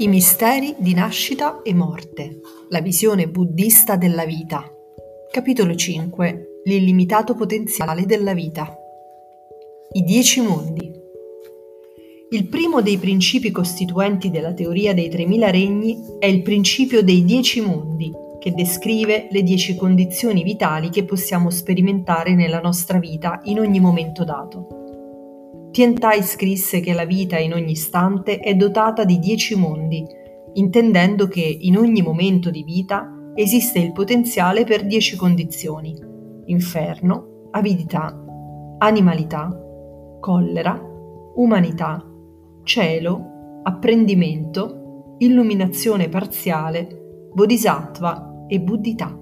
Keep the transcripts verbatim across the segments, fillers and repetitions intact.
I misteri di nascita e morte, la visione buddista della vita. Capitolo cinque. L'illimitato potenziale della vita. I dieci mondi. Il primo dei principi costituenti della teoria dei tremila regni è il principio dei dieci mondi, che descrive le dieci condizioni vitali che possiamo sperimentare nella nostra vita in ogni momento dato. Tiantai scrisse che la vita in ogni istante è dotata di dieci mondi, intendendo che in ogni momento di vita esiste il potenziale per dieci condizioni: inferno, avidità, animalità, collera, umanità, cielo, apprendimento, illuminazione parziale, bodhisattva e buddhità.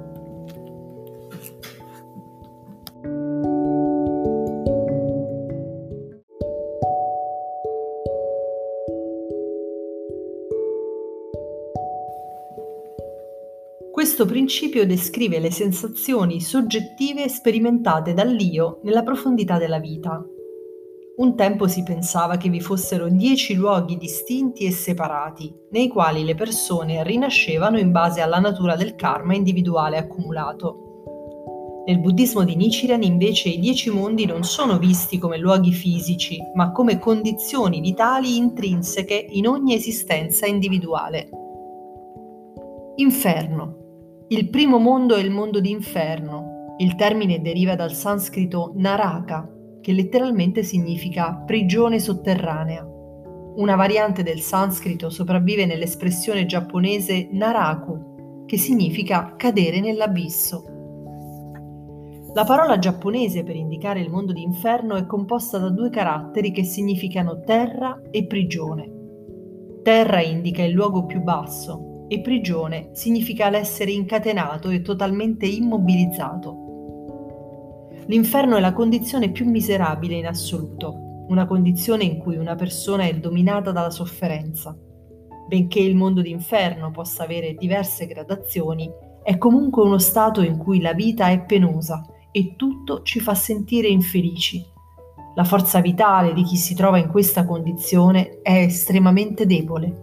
Questo principio descrive le sensazioni soggettive sperimentate dall'io nella profondità della vita. Un tempo si pensava che vi fossero dieci luoghi distinti e separati, nei quali le persone rinascevano in base alla natura del karma individuale accumulato. Nel buddismo di Nichiren invece i dieci mondi non sono visti come luoghi fisici, ma come condizioni vitali intrinseche in ogni esistenza individuale. Inferno. Il primo mondo è il mondo di inferno. Il termine deriva dal sanscrito naraka, che letteralmente significa prigione sotterranea. Una variante del sanscrito sopravvive nell'espressione giapponese naraku, che significa cadere nell'abisso. La parola giapponese per indicare il mondo di inferno è composta da due caratteri che significano terra e prigione. Terra indica il luogo più basso, e prigione significa l'essere incatenato e totalmente immobilizzato. L'inferno è la condizione più miserabile in assoluto, una condizione in cui una persona è dominata dalla sofferenza. Benché il mondo d'inferno possa avere diverse gradazioni, è comunque uno stato in cui la vita è penosa e tutto ci fa sentire infelici. La forza vitale di chi si trova in questa condizione è estremamente debole.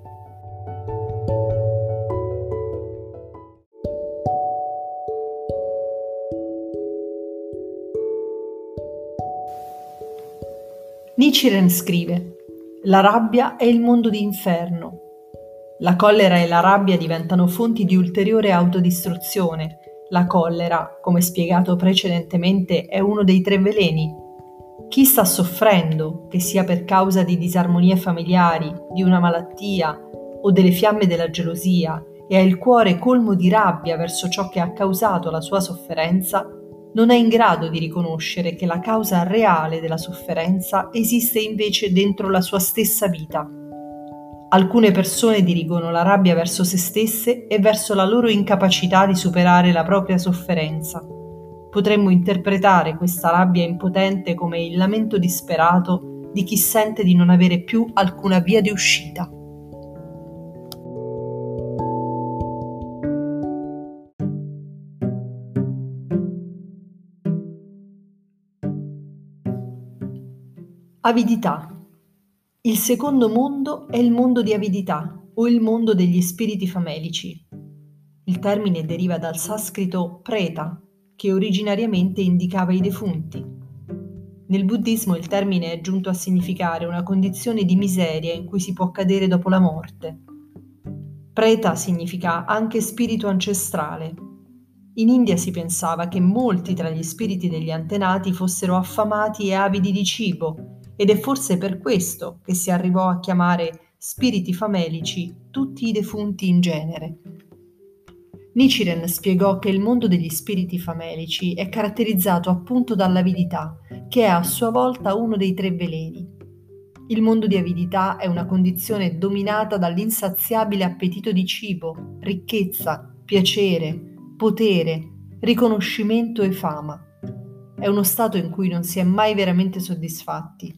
Nichiren scrive: la rabbia è il mondo di inferno. La collera e la rabbia diventano fonti di ulteriore autodistruzione. La collera, come spiegato precedentemente, è uno dei tre veleni. Chi sta soffrendo, che sia per causa di disarmonie familiari, di una malattia o delle fiamme della gelosia, e ha il cuore colmo di rabbia verso ciò che ha causato la sua sofferenza, non è in grado di riconoscere che la causa reale della sofferenza esiste invece dentro la sua stessa vita. Alcune persone dirigono la rabbia verso se stesse e verso la loro incapacità di superare la propria sofferenza. Potremmo interpretare questa rabbia impotente come il lamento disperato di chi sente di non avere più alcuna via di uscita. Avidità. Il secondo mondo è il mondo di avidità o il mondo degli spiriti famelici. Il termine deriva dal sanscrito preta, che originariamente indicava i defunti. Nel buddismo il termine è giunto a significare una condizione di miseria in cui si può cadere dopo la morte. Preta significa anche spirito ancestrale. In India si pensava che molti tra gli spiriti degli antenati fossero affamati e avidi di cibo, ed è forse per questo che si arrivò a chiamare spiriti famelici tutti i defunti in genere. Nichiren spiegò che il mondo degli spiriti famelici è caratterizzato appunto dall'avidità, che è a sua volta uno dei tre veleni. Il mondo di avidità è una condizione dominata dall'insaziabile appetito di cibo, ricchezza, piacere, potere, riconoscimento e fama. È uno stato in cui non si è mai veramente soddisfatti.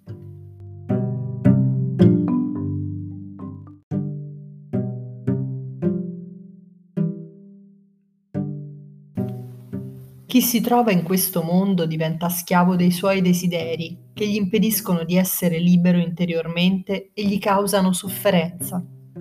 Chi si trova in questo mondo diventa schiavo dei suoi desideri, che gli impediscono di essere libero interiormente e gli causano sofferenza.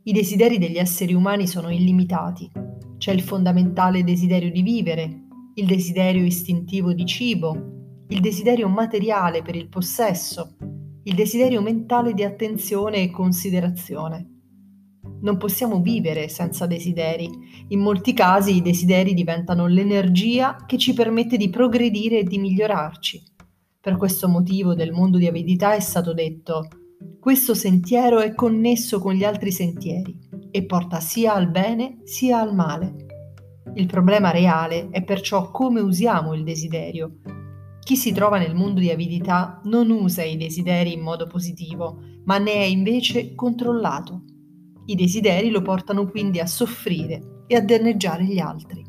I desideri degli esseri umani sono illimitati. C'è il fondamentale desiderio di vivere, il desiderio istintivo di cibo, il desiderio materiale per il possesso, il desiderio mentale di attenzione e considerazione. Non possiamo vivere senza desideri. In molti casi i desideri diventano l'energia che ci permette di progredire e di migliorarci. Per questo motivo del mondo di avidità è stato detto: questo sentiero è connesso con gli altri sentieri e porta sia al bene sia al male. Il problema reale è perciò come usiamo il desiderio. Chi si trova nel mondo di avidità non usa i desideri in modo positivo, ma ne è invece controllato. I desideri lo portano quindi a soffrire e a danneggiare gli altri.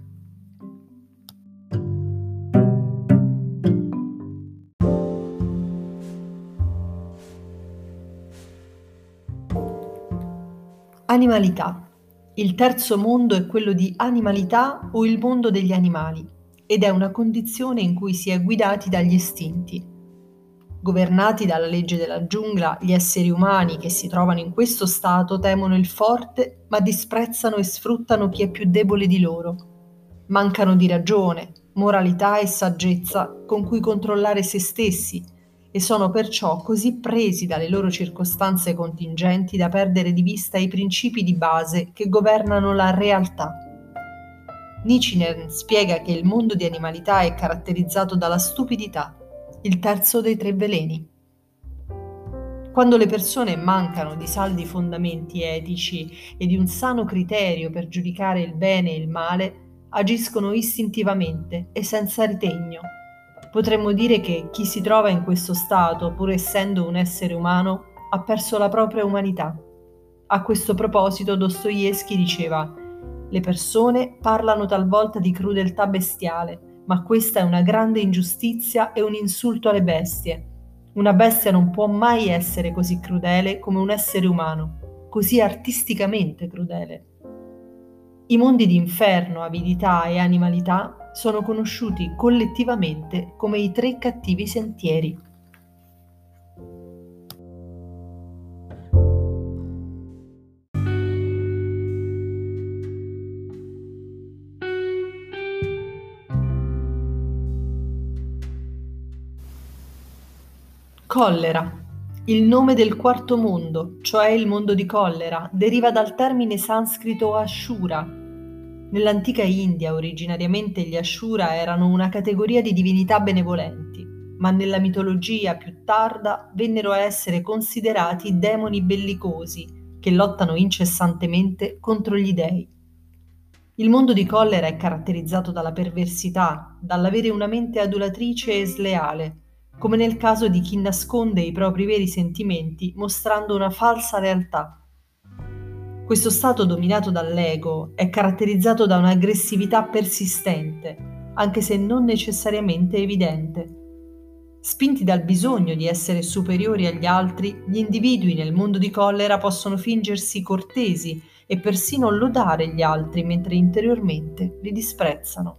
Animalità. Il terzo mondo è quello di animalità o il mondo degli animali, ed è una condizione in cui si è guidati dagli istinti. Governati dalla legge della giungla, gli esseri umani che si trovano in questo stato temono il forte, ma disprezzano e sfruttano chi è più debole di loro. Mancano di ragione, moralità e saggezza con cui controllare se stessi e sono perciò così presi dalle loro circostanze contingenti da perdere di vista i principi di base che governano la realtà. Nichiren spiega che il mondo di animalità è caratterizzato dalla stupidità, il terzo dei tre veleni. Quando le persone mancano di saldi fondamenti etici e di un sano criterio per giudicare il bene e il male, agiscono istintivamente e senza ritegno. Potremmo dire che chi si trova in questo stato, pur essendo un essere umano, ha perso la propria umanità. A questo proposito Dostoevskij diceva: le persone parlano talvolta di crudeltà bestiale, ma questa è una grande ingiustizia e un insulto alle bestie. Una bestia non può mai essere così crudele come un essere umano, così artisticamente crudele. I mondi di inferno, avidità e animalità sono conosciuti collettivamente come i tre cattivi sentieri. Collera. Il nome del quarto mondo, cioè il mondo di collera, deriva dal termine sanscrito Ashura. Nell'antica India originariamente gli Ashura erano una categoria di divinità benevolenti, ma nella mitologia più tarda vennero a essere considerati demoni bellicosi che lottano incessantemente contro gli dei. Il mondo di collera è caratterizzato dalla perversità, dall'avere una mente adulatrice e sleale, come nel caso di chi nasconde i propri veri sentimenti mostrando una falsa realtà. Questo stato dominato dall'ego è caratterizzato da un'aggressività persistente, anche se non necessariamente evidente. Spinti dal bisogno di essere superiori agli altri, gli individui nel mondo di collera possono fingersi cortesi e persino lodare gli altri mentre interiormente li disprezzano.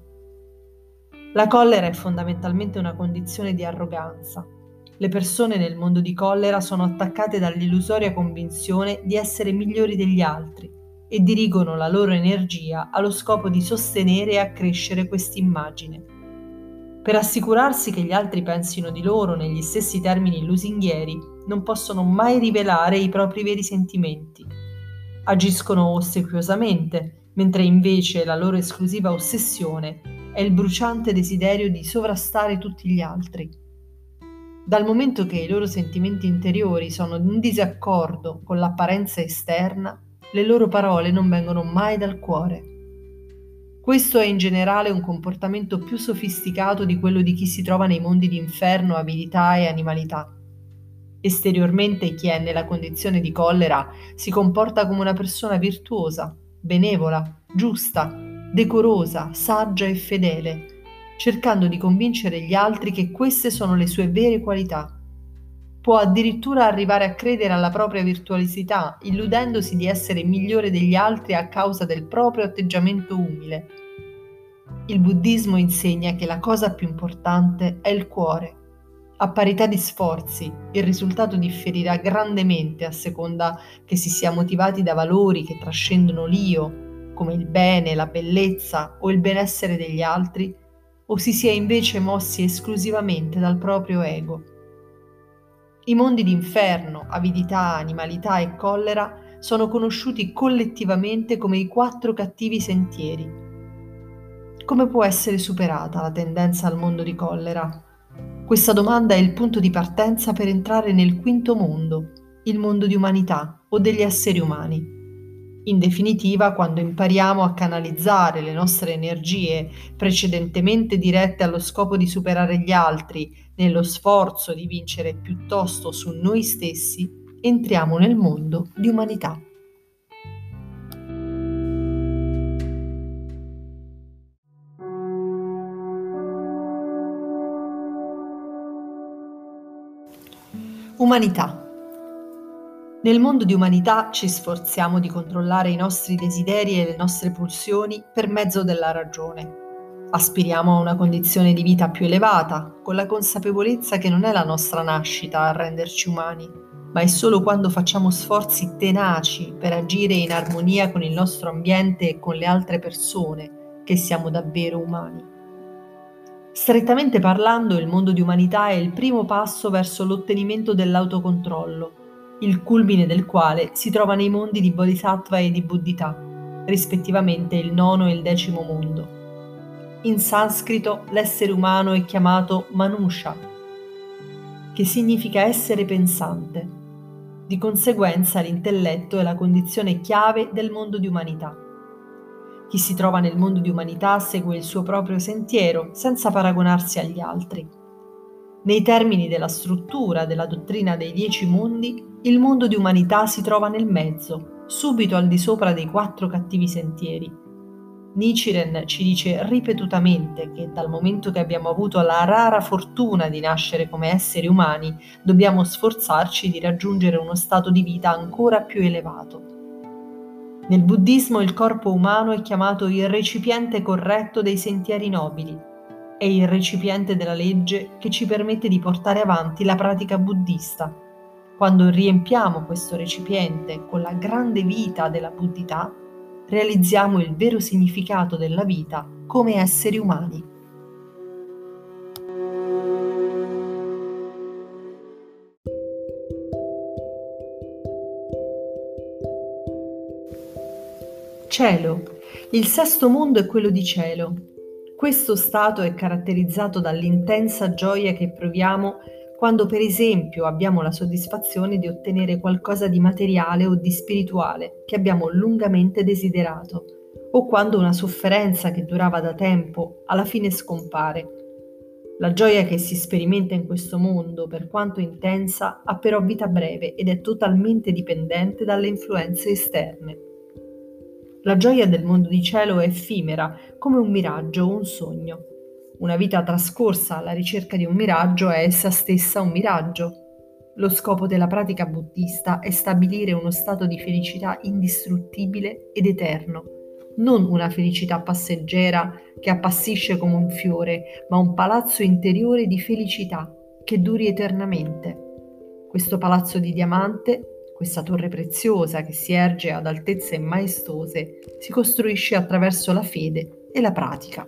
La collera è fondamentalmente una condizione di arroganza. Le persone nel mondo di collera sono attaccate dall'illusoria convinzione di essere migliori degli altri e dirigono la loro energia allo scopo di sostenere e accrescere quest'immagine. Per assicurarsi che gli altri pensino di loro negli stessi termini lusinghieri, non possono mai rivelare i propri veri sentimenti. Agiscono ossequiosamente, mentre invece la loro esclusiva ossessione è il bruciante desiderio di sovrastare tutti gli altri. Dal momento che i loro sentimenti interiori sono in disaccordo con l'apparenza esterna, le loro parole non vengono mai dal cuore. Questo è in generale un comportamento più sofisticato di quello di chi si trova nei mondi di inferno, avidità e animalità. Esteriormente chi è nella condizione di collera si comporta come una persona virtuosa, benevola, giusta, decorosa, saggia e fedele, cercando di convincere gli altri che queste sono le sue vere qualità. Può addirittura arrivare a credere alla propria virtuosità, illudendosi di essere migliore degli altri a causa del proprio atteggiamento umile. Il buddismo insegna che la cosa più importante è il cuore. A parità di sforzi, il risultato differirà grandemente a seconda che si sia motivati da valori che trascendono l'io, come il bene, la bellezza o il benessere degli altri, o si sia invece mossi esclusivamente dal proprio ego. I mondi d'inferno, avidità, animalità e collera sono conosciuti collettivamente come i quattro cattivi sentieri. Come può essere superata la tendenza al mondo di collera? Questa domanda è il punto di partenza per entrare nel quinto mondo, il mondo di umanità o degli esseri umani. In definitiva, quando impariamo a canalizzare le nostre energie precedentemente dirette allo scopo di superare gli altri, nello sforzo di vincere piuttosto su noi stessi, entriamo nel mondo di umanità. Umanità. Nel mondo di umanità ci sforziamo di controllare i nostri desideri e le nostre pulsioni per mezzo della ragione. Aspiriamo a una condizione di vita più elevata, con la consapevolezza che non è la nostra nascita a renderci umani, ma è solo quando facciamo sforzi tenaci per agire in armonia con il nostro ambiente e con le altre persone che siamo davvero umani. Strettamente parlando, il mondo di umanità è il primo passo verso l'ottenimento dell'autocontrollo, il culmine del quale si trova nei mondi di Bodhisattva e di Buddhità, rispettivamente il nono e il decimo mondo. In sanscrito l'essere umano è chiamato Manusha, che significa essere pensante. Di conseguenza l'intelletto è la condizione chiave del mondo di umanità. Chi si trova nel mondo di umanità segue il suo proprio sentiero senza paragonarsi agli altri. Nei termini della struttura della dottrina dei dieci mondi, il mondo di umanità si trova nel mezzo, subito al di sopra dei quattro cattivi sentieri. Nichiren ci dice ripetutamente che dal momento che abbiamo avuto la rara fortuna di nascere come esseri umani, dobbiamo sforzarci di raggiungere uno stato di vita ancora più elevato. Nel buddismo il corpo umano è chiamato il recipiente corretto dei sentieri nobili. È il recipiente della legge che ci permette di portare avanti la pratica buddista. Quando riempiamo questo recipiente con la grande vita della buddhità, realizziamo il vero significato della vita come esseri umani. Cielo. Il sesto mondo è quello di cielo. Questo stato è caratterizzato dall'intensa gioia che proviamo quando, per esempio, abbiamo la soddisfazione di ottenere qualcosa di materiale o di spirituale che abbiamo lungamente desiderato, o quando una sofferenza che durava da tempo alla fine scompare. La gioia che si sperimenta in questo mondo, per quanto intensa, ha però vita breve ed è totalmente dipendente dalle influenze esterne. La gioia del mondo di cielo è effimera, come un miraggio o un sogno. Una vita trascorsa alla ricerca di un miraggio è essa stessa un miraggio. Lo scopo della pratica buddista è stabilire uno stato di felicità indistruttibile ed eterno, non una felicità passeggera che appassisce come un fiore, ma un palazzo interiore di felicità che duri eternamente. Questo palazzo di diamante, questa torre preziosa che si erge ad altezze maestose, si costruisce attraverso la fede e la pratica.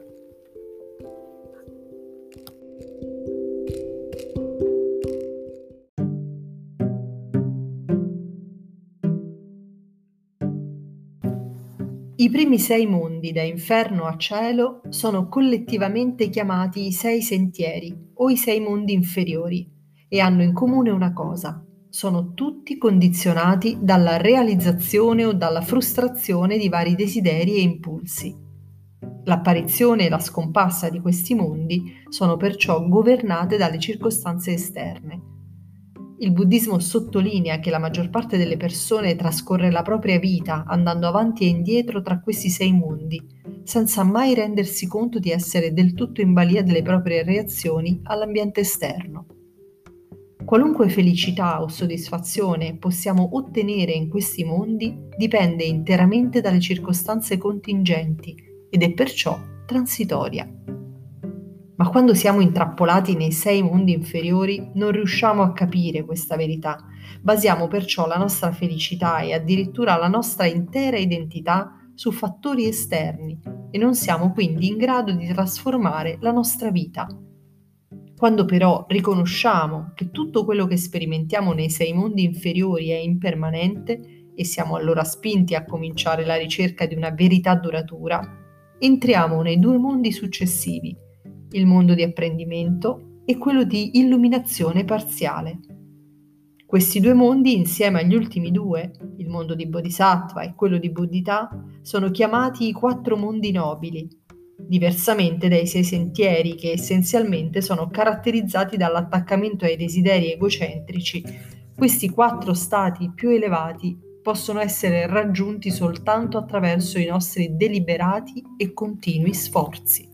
I primi sei mondi, da inferno a cielo, sono collettivamente chiamati i sei sentieri o i sei mondi inferiori e hanno in comune una cosa: sono tutti condizionati dalla realizzazione o dalla frustrazione di vari desideri e impulsi. L'apparizione e la scomparsa di questi mondi sono perciò governate dalle circostanze esterne. Il buddismo sottolinea che la maggior parte delle persone trascorre la propria vita andando avanti e indietro tra questi sei mondi, senza mai rendersi conto di essere del tutto in balia delle proprie reazioni all'ambiente esterno. Qualunque felicità o soddisfazione possiamo ottenere in questi mondi dipende interamente dalle circostanze contingenti ed è perciò transitoria. Ma quando siamo intrappolati nei sei mondi inferiori non riusciamo a capire questa verità. Basiamo perciò la nostra felicità e addirittura la nostra intera identità su fattori esterni e non siamo quindi in grado di trasformare la nostra vita. Quando però riconosciamo che tutto quello che sperimentiamo nei sei mondi inferiori è impermanente e siamo allora spinti a cominciare la ricerca di una verità duratura, entriamo nei due mondi successivi, il mondo di apprendimento e quello di illuminazione parziale. Questi due mondi, insieme agli ultimi due, il mondo di Bodhisattva e quello di Buddhità, sono chiamati i quattro mondi nobili, diversamente dai sei sentieri che essenzialmente sono caratterizzati dall'attaccamento ai desideri egocentrici. Questi quattro stati più elevati possono essere raggiunti soltanto attraverso i nostri deliberati e continui sforzi.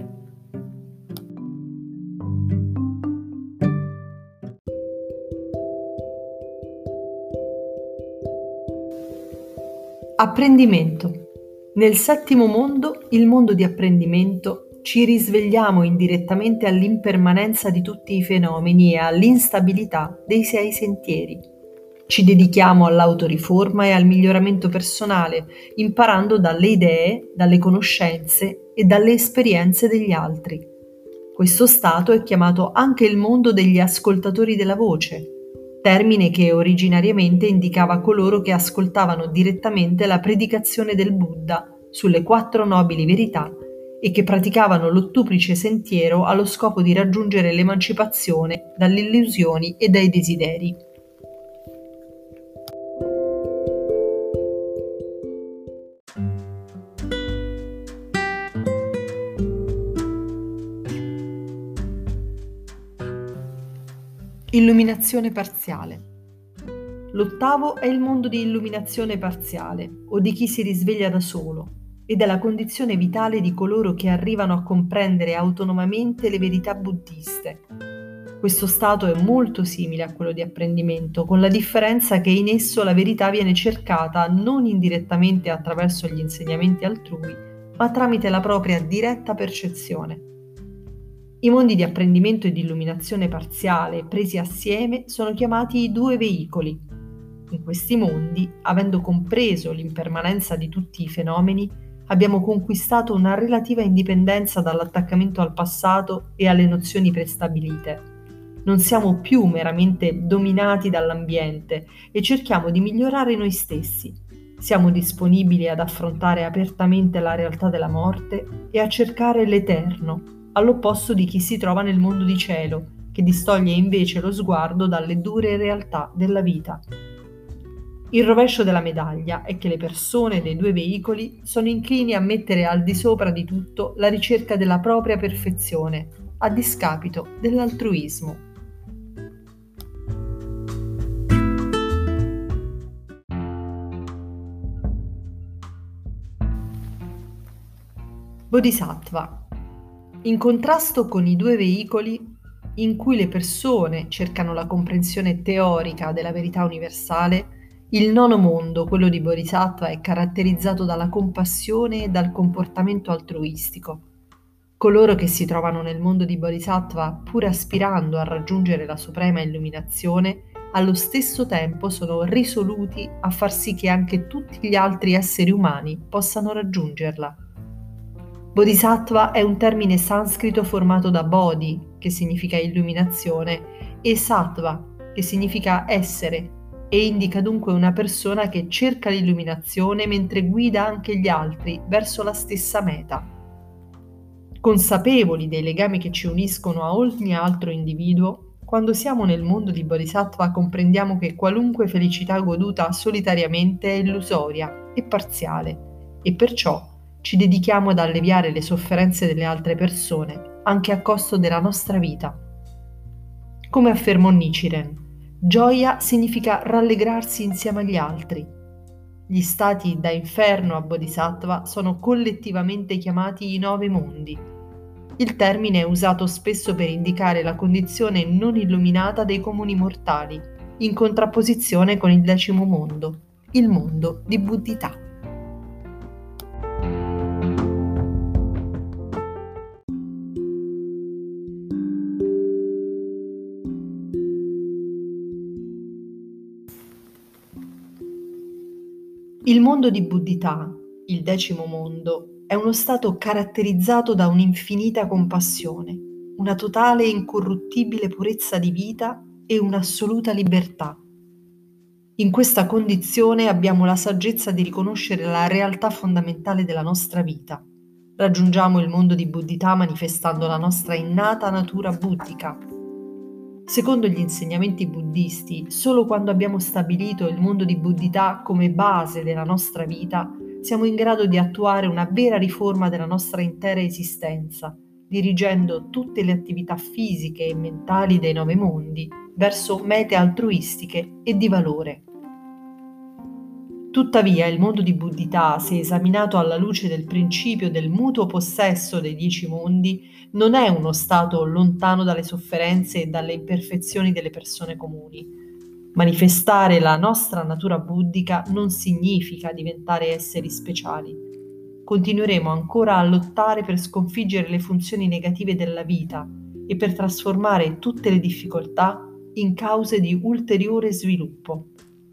Apprendimento. Nel settimo mondo, il mondo di apprendimento, ci risvegliamo indirettamente all'impermanenza di tutti i fenomeni e all'instabilità dei sei sentieri. Ci dedichiamo all'autoriforma e al miglioramento personale, imparando dalle idee, dalle conoscenze e dalle esperienze degli altri. Questo stato è chiamato anche il mondo degli ascoltatori della voce, termine che originariamente indicava coloro che ascoltavano direttamente la predicazione del Buddha sulle quattro nobili verità e che praticavano l'ottuplice sentiero allo scopo di raggiungere l'emancipazione dalle illusioni e dai desideri. Illuminazione parziale. L'ottavo è il mondo di illuminazione parziale, o di chi si risveglia da solo, ed è la condizione vitale di coloro che arrivano a comprendere autonomamente le verità buddiste. Questo stato è molto simile a quello di apprendimento, con la differenza che in esso la verità viene cercata non indirettamente attraverso gli insegnamenti altrui, ma tramite la propria diretta percezione. I mondi di apprendimento e di illuminazione parziale, presi assieme, sono chiamati i due veicoli. In questi mondi, avendo compreso l'impermanenza di tutti i fenomeni, abbiamo conquistato una relativa indipendenza dall'attaccamento al passato e alle nozioni prestabilite. Non siamo più meramente dominati dall'ambiente e cerchiamo di migliorare noi stessi. Siamo disponibili ad affrontare apertamente la realtà della morte e a cercare l'eterno, all'opposto di chi si trova nel mondo di cielo, che distoglie invece lo sguardo dalle dure realtà della vita. Il rovescio della medaglia è che le persone dei due veicoli sono inclini a mettere al di sopra di tutto la ricerca della propria perfezione, a discapito dell'altruismo. Bodhisattva. In contrasto con i due veicoli in cui le persone cercano la comprensione teorica della verità universale, il nono mondo, quello di Bodhisattva, è caratterizzato dalla compassione e dal comportamento altruistico. Coloro che si trovano nel mondo di Bodhisattva, pur aspirando a raggiungere la suprema illuminazione, allo stesso tempo sono risoluti a far sì che anche tutti gli altri esseri umani possano raggiungerla. Bodhisattva è un termine sanscrito formato da Bodhi, che significa illuminazione, e Sattva, che significa essere, e indica dunque una persona che cerca l'illuminazione mentre guida anche gli altri verso la stessa meta. Consapevoli dei legami che ci uniscono a ogni altro individuo, quando siamo nel mondo di Bodhisattva comprendiamo che qualunque felicità goduta solitariamente è illusoria e parziale, e perciò ci dedichiamo ad alleviare le sofferenze delle altre persone, anche a costo della nostra vita. Come affermò Nichiren, gioia significa rallegrarsi insieme agli altri. Gli stati da inferno a Bodhisattva sono collettivamente chiamati i nove mondi. Il termine è usato spesso per indicare la condizione non illuminata dei comuni mortali, in contrapposizione con il decimo mondo, il mondo di Buddhità. Il mondo di Buddhità, il decimo mondo, è uno stato caratterizzato da un'infinita compassione, una totale e incorruttibile purezza di vita e un'assoluta libertà. In questa condizione abbiamo la saggezza di riconoscere la realtà fondamentale della nostra vita. Raggiungiamo il mondo di Buddhità manifestando la nostra innata natura buddhica. Secondo gli insegnamenti buddisti, solo quando abbiamo stabilito il mondo di Buddhità come base della nostra vita, siamo in grado di attuare una vera riforma della nostra intera esistenza, dirigendo tutte le attività fisiche e mentali dei nove mondi verso mete altruistiche e di valore. Tuttavia, il mondo di Buddhità, se esaminato alla luce del principio del mutuo possesso dei dieci mondi, non è uno stato lontano dalle sofferenze e dalle imperfezioni delle persone comuni. Manifestare la nostra natura buddhica non significa diventare esseri speciali. Continueremo ancora a lottare per sconfiggere le funzioni negative della vita e per trasformare tutte le difficoltà in cause di ulteriore sviluppo.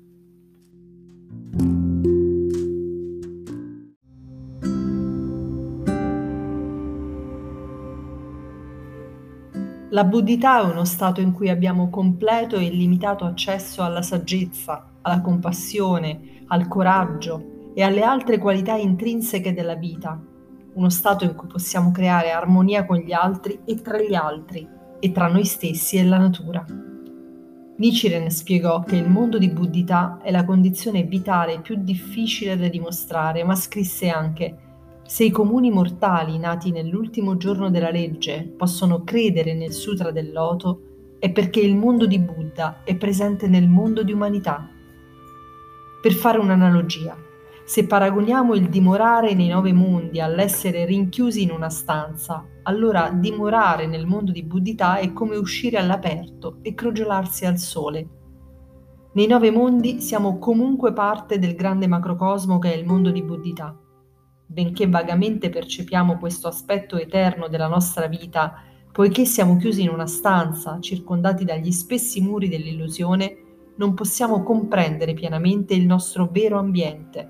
La buddhità è uno stato in cui abbiamo completo e illimitato accesso alla saggezza, alla compassione, al coraggio e alle altre qualità intrinseche della vita. Uno stato in cui possiamo creare armonia con gli altri e tra gli altri, e tra noi stessi e la natura. Nichiren spiegò che il mondo di buddhità è la condizione vitale più difficile da dimostrare, ma scrisse anche: se i comuni mortali nati nell'ultimo giorno della legge possono credere nel Sutra del Loto, è perché il mondo di Buddha è presente nel mondo di umanità. Per fare un'analogia, se paragoniamo il dimorare nei nove mondi all'essere rinchiusi in una stanza, allora dimorare nel mondo di Buddhità è come uscire all'aperto e crogiolarsi al sole. Nei nove mondi siamo comunque parte del grande macrocosmo che è il mondo di Buddhità. Benché vagamente percepiamo questo aspetto eterno della nostra vita, poiché siamo chiusi in una stanza, circondati dagli spessi muri dell'illusione, non possiamo comprendere pienamente il nostro vero ambiente.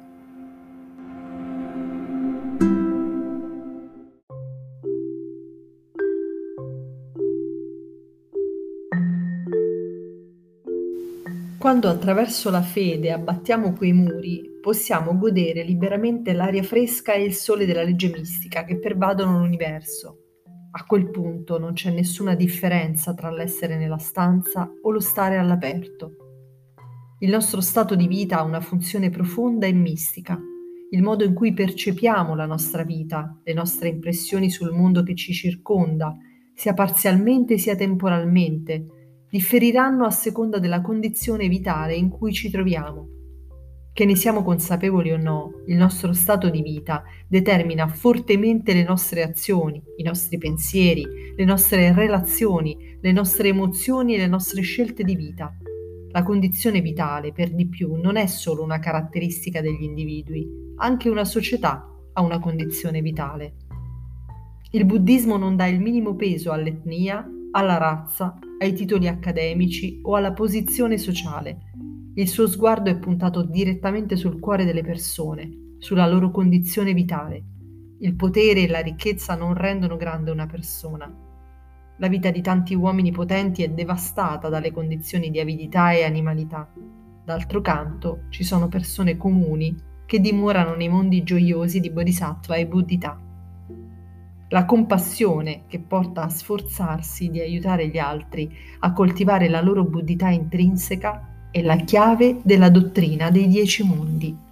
Quando attraverso la fede abbattiamo quei muri, possiamo godere liberamente l'aria fresca e il sole della legge mistica che pervadono l'universo. A quel punto non c'è nessuna differenza tra l'essere nella stanza o lo stare all'aperto. Il nostro stato di vita ha una funzione profonda e mistica. Il modo in cui percepiamo la nostra vita, le nostre impressioni sul mondo che ci circonda, sia parzialmente sia temporalmente, differiranno a seconda della condizione vitale in cui ci troviamo. Che ne siamo consapevoli o no, il nostro stato di vita determina fortemente le nostre azioni, i nostri pensieri, le nostre relazioni, le nostre emozioni e le nostre scelte di vita. La condizione vitale, per di più, non è solo una caratteristica degli individui, anche una società ha una condizione vitale. Il buddismo non dà il minimo peso all'etnia, alla razza, ai titoli accademici o alla posizione sociale. Il suo sguardo è puntato direttamente sul cuore delle persone, sulla loro condizione vitale. Il potere e la ricchezza non rendono grande una persona. La vita di tanti uomini potenti è devastata dalle condizioni di avidità e animalità. D'altro canto, ci sono persone comuni che dimorano nei mondi gioiosi di Bodhisattva e Buddhità. La compassione che porta a sforzarsi di aiutare gli altri a coltivare la loro buddhità intrinseca è la chiave della dottrina dei dieci mondi.